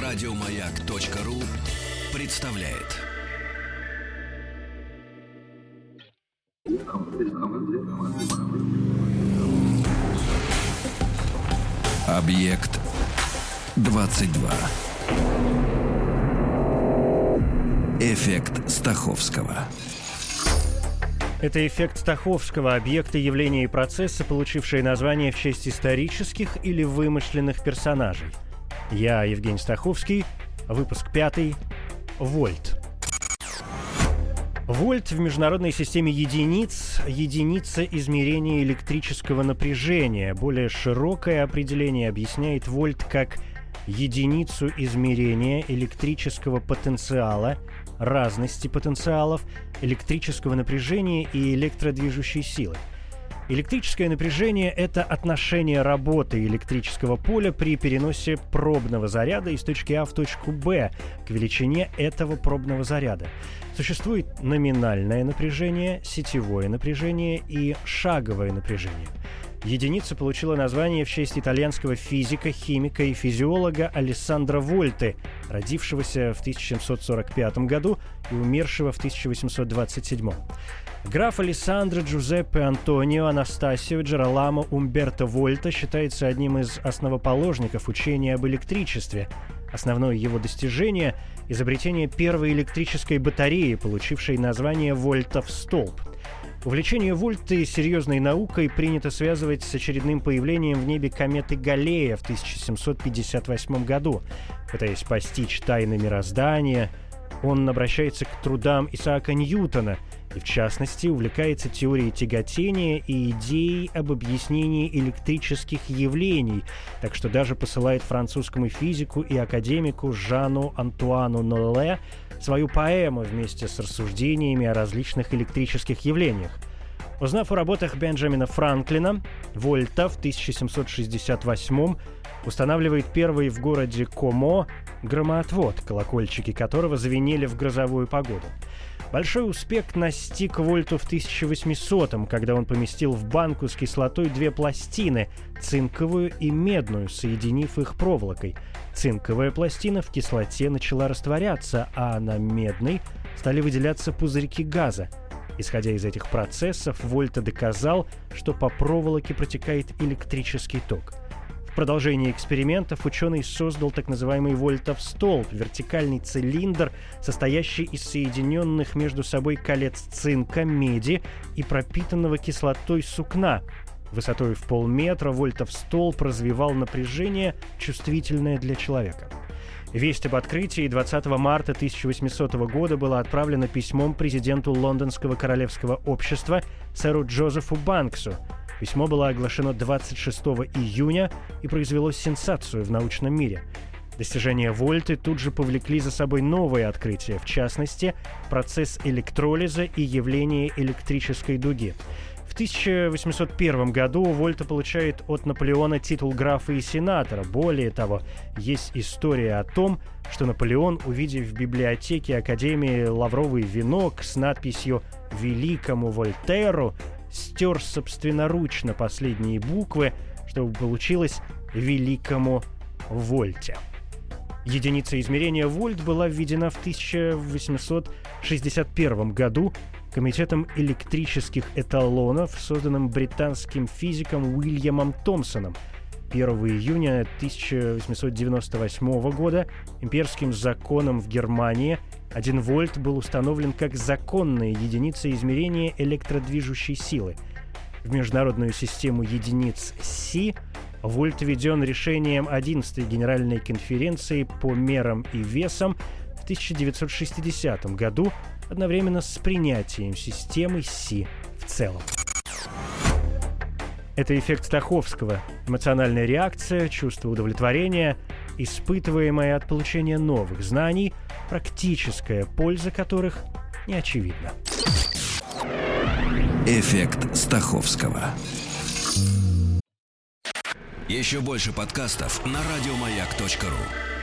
Радиомаяк.ру представляет. Объект 22. Эффект Стаховского. Это эффект Стаховского, объекты, явления и процессы, получившие название в честь исторических или вымышленных персонажей. Я Евгений Стаховский, выпуск 5. Вольт. Вольт в международной системе единиц – единица измерения электрического напряжения. Более широкое определение объясняет вольт как единицу измерения электрического потенциала, разности потенциалов, электрического напряжения и электродвижущей силы. Электрическое напряжение – это отношение работы электрического поля при переносе пробного заряда из точки А в точку Б к величине этого пробного заряда. Существует номинальное напряжение, сетевое напряжение и шаговое напряжение. Единица получила название в честь итальянского физика, химика и физиолога Алессандро Вольты, родившегося в 1745 году и умершего в 1827. Граф Алессандро Джузеппе Антонио Анастасио Джероламо Умберто Вольта считается одним из основоположников учения об электричестве. Основное его достижение – изобретение первой электрической батареи, получившей название «Вольтов столб». Увлечение Вольты серьезной наукой принято связывать с очередным появлением в небе кометы Галлея в 1758 году. Пытаясь постичь тайны мироздания, он обращается к трудам Исаака Ньютона и, в частности, увлекается теорией тяготения и идеей об объяснении электрических явлений, так что даже посылает французскому физику и академику Жану Антуану Нолле свою поэму вместе с рассуждениями о различных электрических явлениях. Узнав о работах Бенджамина Франклина, Вольта в 1768 устанавливает первый в городе Комо громоотвод, колокольчики которого звенели в грозовую погоду. Большой успех настиг Вольту в 1800-м, когда он поместил в банку с кислотой две пластины – цинковую и медную, соединив их проволокой. Цинковая пластина в кислоте начала растворяться, а на медной стали выделяться пузырьки газа. Исходя из этих процессов, Вольта доказал, что по проволоке протекает электрический ток. В продолжении экспериментов ученый создал так называемый Вольтов столб – вертикальный цилиндр, состоящий из соединенных между собой колец цинка, меди и пропитанного кислотой сукна. Высотой в полметра Вольтов столб развивал напряжение, чувствительное для человека. Весть об открытии 20 марта 1800 года была отправлена письмом президенту Лондонского королевского общества сэру Джозефу Банксу. Письмо было оглашено 26 июня и произвело сенсацию в научном мире. Достижения Вольты тут же повлекли за собой новые открытия, в частности, процесс электролиза и явление электрической дуги. В 1801 году Вольта получает от Наполеона титул графа и сенатора. Более того, есть история о том, что Наполеон, увидев в библиотеке Академии лавровый венок с надписью «Великому Вольтеру», стер собственноручно последние буквы, чтобы получилось «Великому Вольте». Единица измерения вольт была введена в 1861 году Комитетом электрических эталонов, созданным британским физиком Уильямом Томпсоном. 1 июня 1898 года имперским законом в Германии 1 вольт был установлен как законная единица измерения электродвижущей силы. В международную систему единиц Си вольт введен решением 11-й Генеральной конференции по мерам и весам в 1960 году, одновременно с принятием системы Си в целом. Это эффект Стаховского. Эмоциональная реакция, чувство удовлетворения, испытываемое от получения новых знаний, практическая польза которых не очевидна. Эффект Стаховского. Еще больше подкастов на радиомаяк.ру.